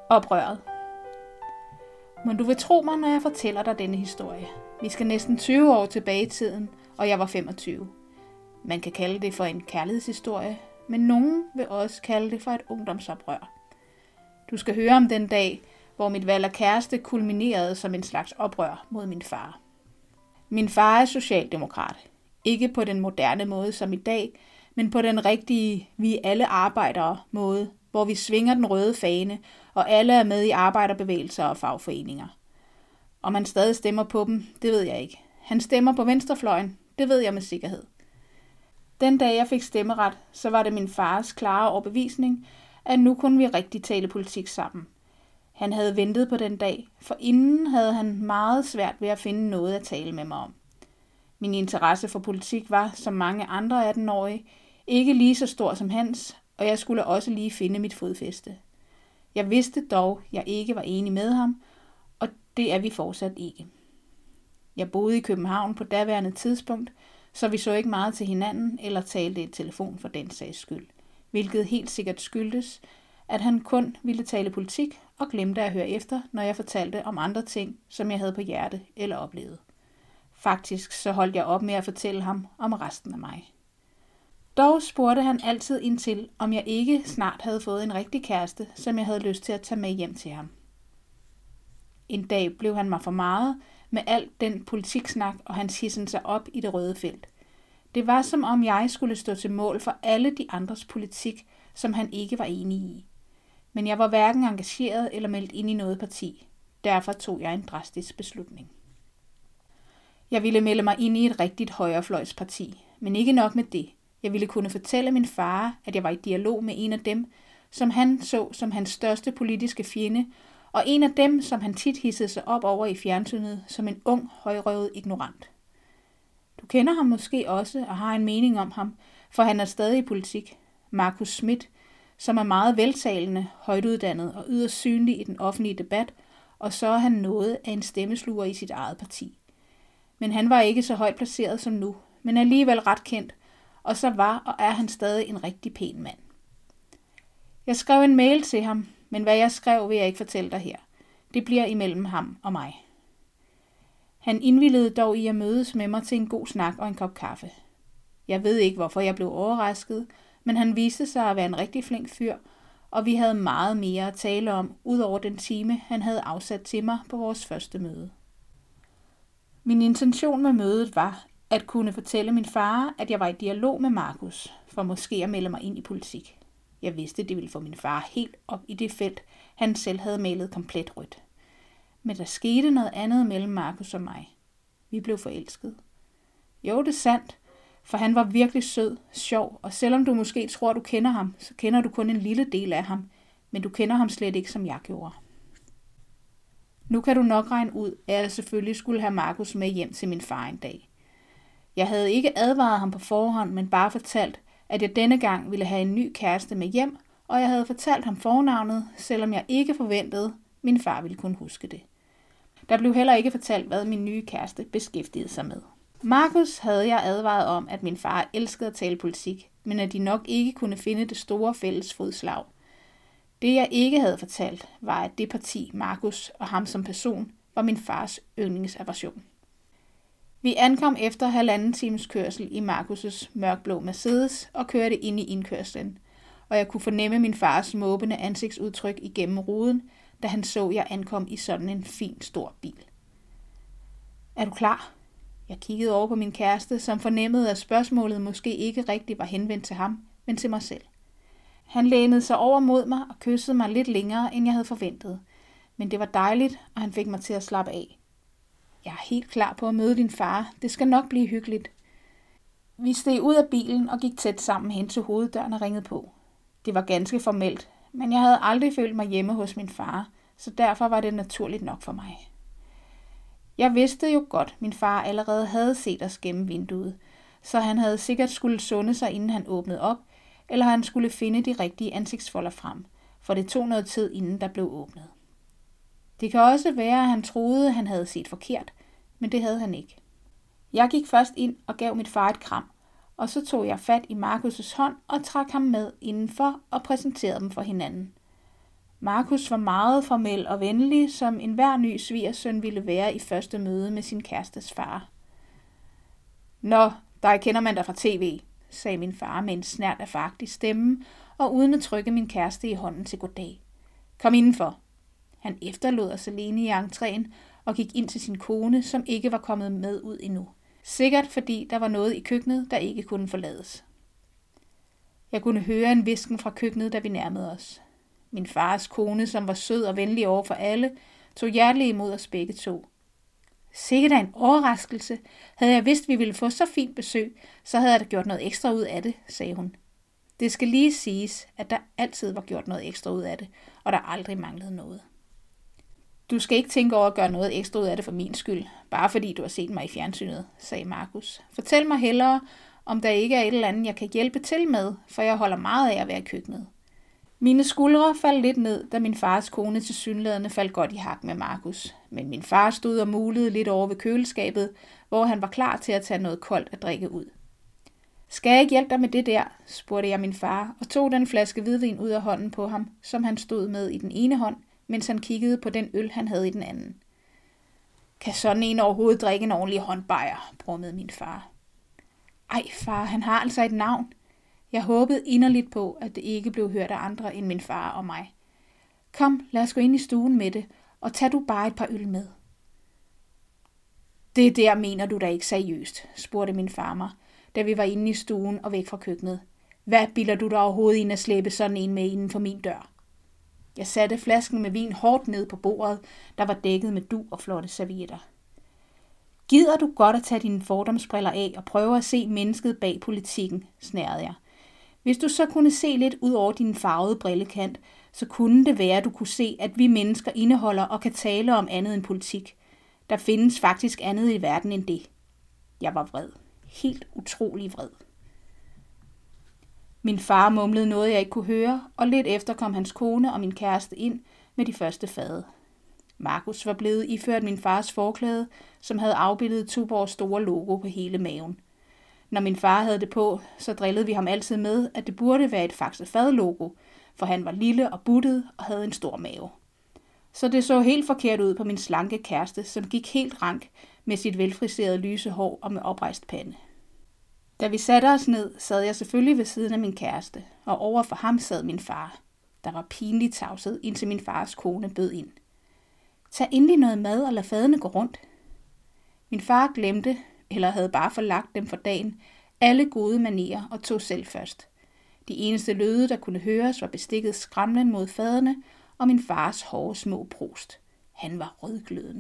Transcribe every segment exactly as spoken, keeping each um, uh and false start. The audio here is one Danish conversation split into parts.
Oprøret. Men du vil tro mig, når jeg fortæller dig denne historie. Vi skal næsten tyve år tilbage i tiden, og jeg var femogtyve. Man kan kalde det for en kærlighedshistorie, men nogen vil også kalde det for et ungdomsoprør. Du skal høre om den dag, hvor mit valg af kæreste kulminerede som en slags oprør mod min far. Min far er socialdemokrat. Ikke på den moderne måde som i dag, men på den rigtige, vi alle arbejdere måde, hvor vi svinger den røde fane, og alle er med i arbejderbevægelser og fagforeninger. Om han stadig stemmer på dem, det ved jeg ikke. Han stemmer på venstrefløjen, det ved jeg med sikkerhed. Den dag jeg fik stemmeret, så var det min fars klare overbevisning, at nu kunne vi rigtig tale politik sammen. Han havde ventet på den dag, for inden havde han meget svært ved at finde noget at tale med mig om. Min interesse for politik var, som mange andre attenårige, ikke lige så stor som hans, og jeg skulle også lige finde mit fodfæste. Jeg vidste dog, jeg ikke var enig med ham, og det er vi fortsat ikke. Jeg boede i København på daværende tidspunkt, så vi så ikke meget til hinanden eller talte i telefon for den sags skyld, hvilket helt sikkert skyldtes, at han kun ville tale politik og glemte at høre efter, når jeg fortalte om andre ting, som jeg havde på hjerte eller oplevet. Faktisk så holdt jeg op med at fortælle ham om resten af mig. Dog spurgte han altid ind til, om jeg ikke snart havde fået en rigtig kæreste, som jeg havde lyst til at tage med hjem til ham. En dag blev han mig for meget med alt den politiksnak, og hans hissen sig op i det røde felt. Det var som om jeg skulle stå til mål for alle de andres politik, som han ikke var enig i. Men jeg var hverken engageret eller meldt ind i noget parti. Derfor tog jeg en drastisk beslutning. Jeg ville melde mig ind i et rigtigt højrefløjsparti, men ikke nok med det. Jeg ville kunne fortælle min far, at jeg var i dialog med en af dem, som han så som hans største politiske fjende, og en af dem, som han tit hissede sig op over i fjernsynet som en ung, højrøvet ignorant. Du kender ham måske også og har en mening om ham, for han er stadig i politik. Marcus Schmidt, som er meget veltalende, højtuddannet og yderst synlig i den offentlige debat, og så er han noget af en stemmesluger i sit eget parti. Men han var ikke så højt placeret som nu, men alligevel ret kendt, og så var og er han stadig en rigtig pæn mand. Jeg skrev en mail til ham, men hvad jeg skrev, vil jeg ikke fortælle dig her. Det bliver imellem ham og mig. Han indvilligede dog i at mødes med mig til en god snak og en kop kaffe. Jeg ved ikke, hvorfor jeg blev overrasket, men han viste sig at være en rigtig flink fyr, og vi havde meget mere at tale om, ud over den time, han havde afsat til mig på vores første møde. Min intention med mødet var at kunne fortælle min far, at jeg var i dialog med Marcus, for måske at melde mig ind i politik. Jeg vidste, det ville få min far helt op i det felt, han selv havde malet komplet rødt. Men der skete noget andet mellem Marcus og mig. Vi blev forelsket. Jo, det er sandt, for han var virkelig sød, sjov, og selvom du måske tror, du kender ham, så kender du kun en lille del af ham, men du kender ham slet ikke, som jeg gjorde. Nu kan du nok regne ud, at jeg selvfølgelig skulle have Marcus med hjem til min far en dag. Jeg havde ikke advaret ham på forhånd, men bare fortalt, at jeg denne gang ville have en ny kæreste med hjem, og jeg havde fortalt ham fornavnet, selvom jeg ikke forventede, min far ville kunne huske det. Der blev heller ikke fortalt, hvad min nye kæreste beskæftigede sig med. Marcus havde jeg advaret om, at min far elskede at tale politik, men at de nok ikke kunne finde det store fælles fodslag. Det jeg ikke havde fortalt, var, at det parti, Marcus og ham som person, var min fars yndlingsaversion. Vi ankom efter halvanden times kørsel i Marcus' mørkblå Mercedes og kørte ind i indkørslen, og jeg kunne fornemme min fars måbende ansigtsudtryk igennem ruden, da han så, jeg ankom i sådan en fin, stor bil. Er du klar? Jeg kiggede over på min kæreste, som fornemmede, at spørgsmålet måske ikke rigtig var henvendt til ham, men til mig selv. Han lænede sig over mod mig og kyssede mig lidt længere, end jeg havde forventet. Men det var dejligt, og han fik mig til at slappe af. Jeg er helt klar på at møde din far. Det skal nok blive hyggeligt. Vi steg ud af bilen og gik tæt sammen hen til hoveddøren og ringede på. Det var ganske formelt, men jeg havde aldrig følt mig hjemme hos min far, så derfor var det naturligt nok for mig. Jeg vidste jo godt, at min far allerede havde set os gennem vinduet, så han havde sikkert skulle sunde sig, inden han åbnede op, eller han skulle finde de rigtige ansigtsfolder frem, for det tog noget tid, inden der blev åbnet. Det kan også være, at han troede, at han havde set forkert, men det havde han ikke. Jeg gik først ind og gav mit far et kram, og så tog jeg fat i Marcus' hånd og trak ham med indenfor og præsenterede dem for hinanden. Markus var meget formel og venlig, som enhver ny svigersøn ville være i første møde med sin kærestes far. Nå, dig kender man dig fra tv, sagde min far med en snert af faragtig stemme, og uden at trykke min kæreste i hånden til goddag. Kom indenfor. Han efterlod os alene i entréen og gik ind til sin kone, som ikke var kommet med ud endnu. Sikkert fordi der var noget i køkkenet, der ikke kunne forlades. Jeg kunne høre en hvisken fra køkkenet, da vi nærmede os. Min fars kone, som var sød og venlig over for alle, tog hjerteligt imod os begge to. Sikkert af en overraskelse. Havde jeg vidst, vi ville få så fint besøg, så havde jeg da gjort noget ekstra ud af det, sagde hun. Det skal lige siges, at der altid var gjort noget ekstra ud af det, og der aldrig manglede noget. Du skal ikke tænke over at gøre noget ekstra ud af det for min skyld, bare fordi du har set mig i fjernsynet, sagde Markus. Fortæl mig hellere, om der ikke er et eller andet, jeg kan hjælpe til med, for jeg holder meget af at være i køkkenet. Mine skuldre faldt lidt ned, da min fars kone tilsyneladende faldt godt i hak med Markus. Men min far stod og mulede lidt over ved køleskabet, hvor han var klar til at tage noget koldt at drikke ud. Skal jeg ikke hjælpe dig med det der, spurgte jeg min far, og tog den flaske hvidvin ud af hånden på ham, som han stod med i den ene hånd, mens han kiggede på den øl, han havde i den anden. Kan sådan en overhovedet drikke en ordentlig håndbajer, brummede min far. Ej far, han har altså et navn. Jeg håbede inderligt på, at det ikke blev hørt af andre end min far og mig. Kom, lad os gå ind i stuen med det, og tag du bare et par øl med. Det der mener du da ikke seriøst, spurgte min far mig, da vi var inde i stuen og væk fra køkkenet. Hvad bilder du dig overhovedet ind at slæbe sådan en med inden for min dør? Jeg satte flasken med vin hårdt ned på bordet, der var dækket med dug og flotte servietter. Gider du godt at tage dine fordomsbriller af og prøve at se mennesket bag politikken, snærede jeg. Hvis du så kunne se lidt ud over din farvede brillekant, så kunne det være, at du kunne se, at vi mennesker indeholder og kan tale om andet end politik. Der findes faktisk andet i verden end det. Jeg var vred. Helt utrolig vred. Min far mumlede noget, jeg ikke kunne høre, og lidt efter kom hans kone og min kæreste ind med de første fade. Markus var blevet iført min fars forklæde, som havde afbildet Tuborgs store logo på hele maven. Når min far havde det på, så drillede vi ham altid med, at det burde være et Faxe Fad-logo, for han var lille og buttet og havde en stor mave. Så det så helt forkert ud på min slanke kæreste, som gik helt rank med sit velfriserede lyse hår og med oprejst pande. Da vi satte os ned, sad jeg selvfølgelig ved siden af min kæreste, og over for ham sad min far. Der var pinligt tavshed, indtil min fars kone bød ind. Tag endelig noget mad og lad fadene gå rundt. Min far glemte, eller havde bare forlagt dem for dagen, alle gode manerer og tog selv først. De eneste lyde, der kunne høres, var bestikket skramlen mod fadene og min fars hårde små prost. Han var rødglødende.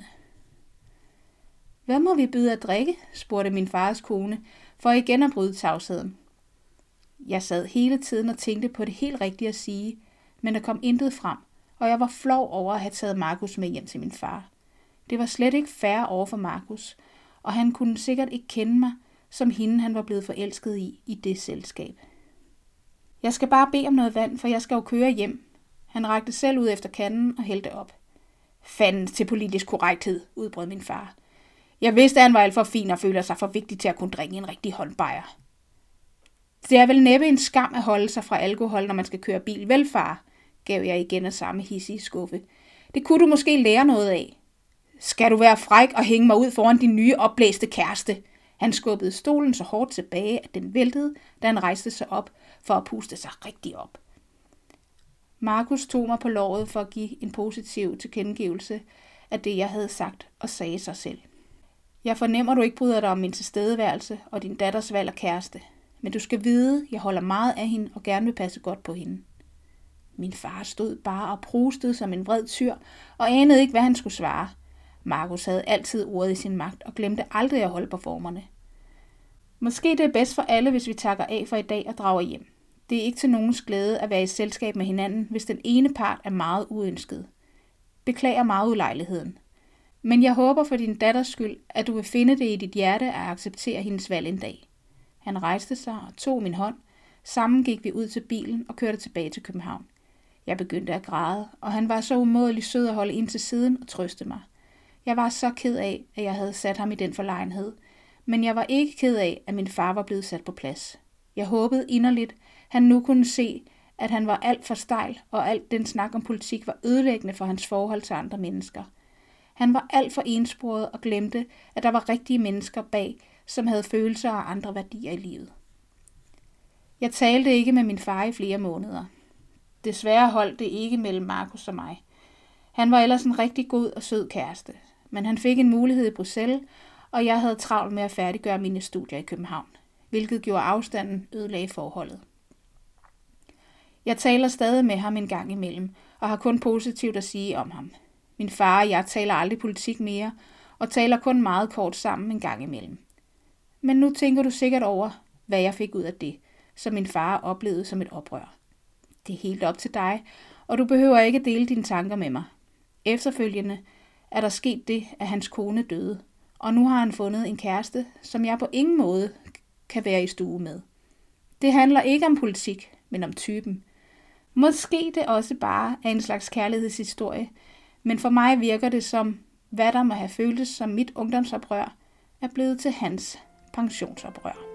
Hvad må vi byde at drikke? Spurgte min fars kone, for igen at bryde tavsheden. Jeg sad hele tiden og tænkte på det helt rigtige at sige, men der kom intet frem, og jeg var flov over at have taget Markus med hjem til min far. Det var slet ikke fair over for Markus, og han kunne sikkert ikke kende mig, som hende han var blevet forelsket i i det selskab. Jeg skal bare bede om noget vand, for jeg skal jo køre hjem. Han rakte selv ud efter kanden og hældte op. Fanden til politisk korrekthed, udbrød min far. Jeg vidste, at han var alt for fin og føler sig for vigtig til at kunne drikke en rigtig håndbajer. Det er vel næppe en skam at holde sig fra alkohol, når man skal køre bil, vel far? Gav jeg igen af samme hissige skuffe. Det kunne du måske lære noget af. Skal du være fræk og hænge mig ud foran din nye opblæste kæreste? Han skubbede stolen så hårdt tilbage, at den væltede, da han rejste sig op for at puste sig rigtig op. Markus tog mig på låret for at give en positiv tilkendegivelse af det, jeg havde sagt, og sagde sig selv. Jeg fornemmer, du ikke bryder dig om min tilstedeværelse og din datters valg af kæreste, men du skal vide, jeg holder meget af hende og gerne vil passe godt på hende. Min far stod bare og prustede som en vred tyr og anede ikke, hvad han skulle svare. Markus havde altid ordet i sin magt og glemte aldrig at holde på formerne. Måske det er bedst for alle, hvis vi takker af for i dag og drager hjem. Det er ikke til nogens glæde at være i selskab med hinanden, hvis den ene part er meget uønsket. Beklager meget ulejligheden. Men jeg håber for din datters skyld, at du vil finde det i dit hjerte at acceptere hendes valg en dag. Han rejste sig og tog min hånd. Sammen gik vi ud til bilen og kørte tilbage til København. Jeg begyndte at græde, og han var så umådelig sød at holde ind til siden og trøste mig. Jeg var så ked af, at jeg havde sat ham i den forlegenhed, men jeg var ikke ked af, at min far var blevet sat på plads. Jeg håbede inderligt, han nu kunne se, at han var alt for stejl, og alt den snak om politik var ødelæggende for hans forhold til andre mennesker. Han var alt for ensporet og glemte, at der var rigtige mennesker bag, som havde følelser og andre værdier i livet. Jeg talte ikke med min far i flere måneder. Desværre holdt det ikke mellem Markus og mig. Han var ellers en rigtig god og sød kæreste, men han fik en mulighed i Bruxelles, og jeg havde travlt med at færdiggøre mine studier i København, hvilket gjorde afstanden ødelagde forholdet. Jeg taler stadig med ham en gang imellem, og har kun positivt at sige om ham. Min far og jeg taler aldrig politik mere, og taler kun meget kort sammen en gang imellem. Men nu tænker du sikkert over, hvad jeg fik ud af det, som min far oplevede som et oprør. Det er helt op til dig, og du behøver ikke dele dine tanker med mig. Efterfølgende er der sket det, at hans kone døde, og nu har han fundet en kæreste, som jeg på ingen måde kan være i stue med. Det handler ikke om politik, men om typen. Måske det også bare er en slags kærlighedshistorie, men for mig virker det som, hvad der må have føltes som mit ungdomsoprør, er blevet til hans pensionsoprør.